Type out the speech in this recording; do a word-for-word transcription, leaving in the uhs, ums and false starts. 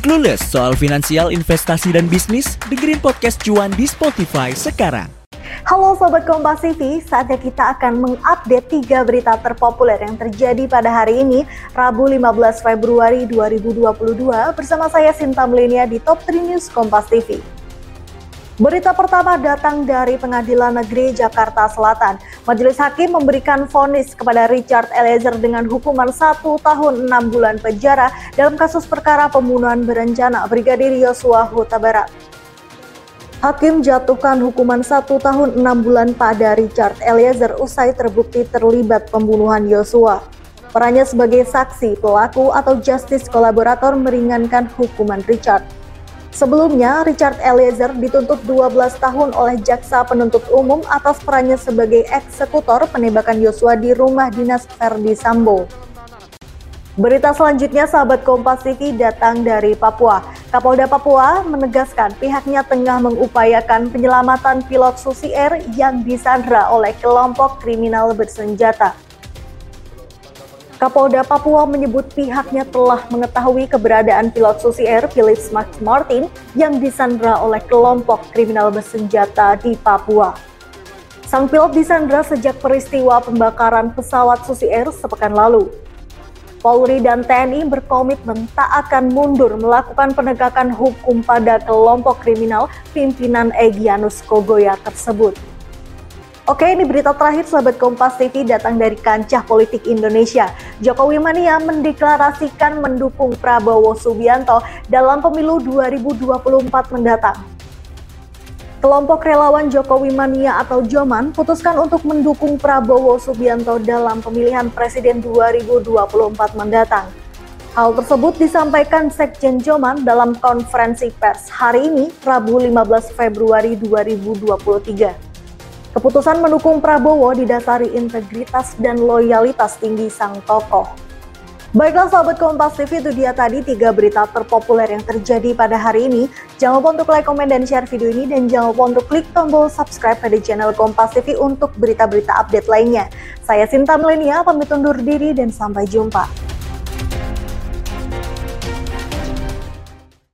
Clueless soal finansial, investasi, dan bisnis? Dengerin podcast Cuan di Spotify sekarang. Halo Sobat Kompas T V, saatnya kita akan mengupdate tiga berita terpopuler yang terjadi pada hari ini, Rabu lima belas Februari dua ribu dua puluh dua, bersama saya Sinta Melenia di Top tiga News Kompas T V. Berita pertama datang dari Pengadilan Negeri Jakarta Selatan. Majelis Hakim memberikan vonis kepada Richard Eliezer dengan hukuman satu tahun enam bulan penjara dalam kasus perkara pembunuhan berencana Brigadir Yosua Huta Barat. Hakim jatuhkan hukuman satu tahun enam bulan pada Richard Eliezer usai terbukti terlibat pembunuhan Yosua. Perannya sebagai saksi, pelaku, atau justice kolaborator meringankan hukuman Richard. Sebelumnya, Richard Eliezer dituntut dua belas tahun oleh Jaksa Penuntut Umum atas perannya sebagai eksekutor penembakan Yosua di rumah dinas Verdi Sambo. Berita selanjutnya, sahabat Kompas T V, datang dari Papua. Kapolda Papua menegaskan pihaknya tengah mengupayakan penyelamatan pilot Susi Air yang disandra oleh kelompok kriminal bersenjata. Kapolda Papua menyebut pihaknya telah mengetahui keberadaan pilot Susi Air Philips Max Martin yang disandra oleh kelompok kriminal bersenjata di Papua. Sang pilot disandra sejak peristiwa pembakaran pesawat Susi Air sepekan lalu. Polri dan T N I berkomitmen tak akan mundur melakukan penegakan hukum pada kelompok kriminal pimpinan Egyanus Kogoya tersebut. Oke, ini berita terakhir sahabat Kompas T V datang dari kancah politik Indonesia. Jokowi Mania mendeklarasikan mendukung Prabowo Subianto dalam pemilu dua ribu dua puluh empat mendatang. Kelompok relawan Jokowi Mania atau Joman putuskan untuk mendukung Prabowo Subianto dalam pemilihan presiden dua ribu dua puluh empat mendatang. Hal tersebut disampaikan Sekjen Joman dalam konferensi pers hari ini, Rabu lima belas Februari dua ribu dua puluh tiga. Keputusan mendukung Prabowo didasari integritas dan loyalitas tinggi sang tokoh. Baiklah sahabat Kompas T V, itu dia tadi tiga berita terpopuler yang terjadi pada hari ini. Jangan lupa untuk like, komen, dan share video ini. Dan jangan lupa untuk klik tombol subscribe pada channel Kompas T V untuk berita-berita update lainnya. Saya Sinta Melenia, pamit undur diri dan sampai jumpa.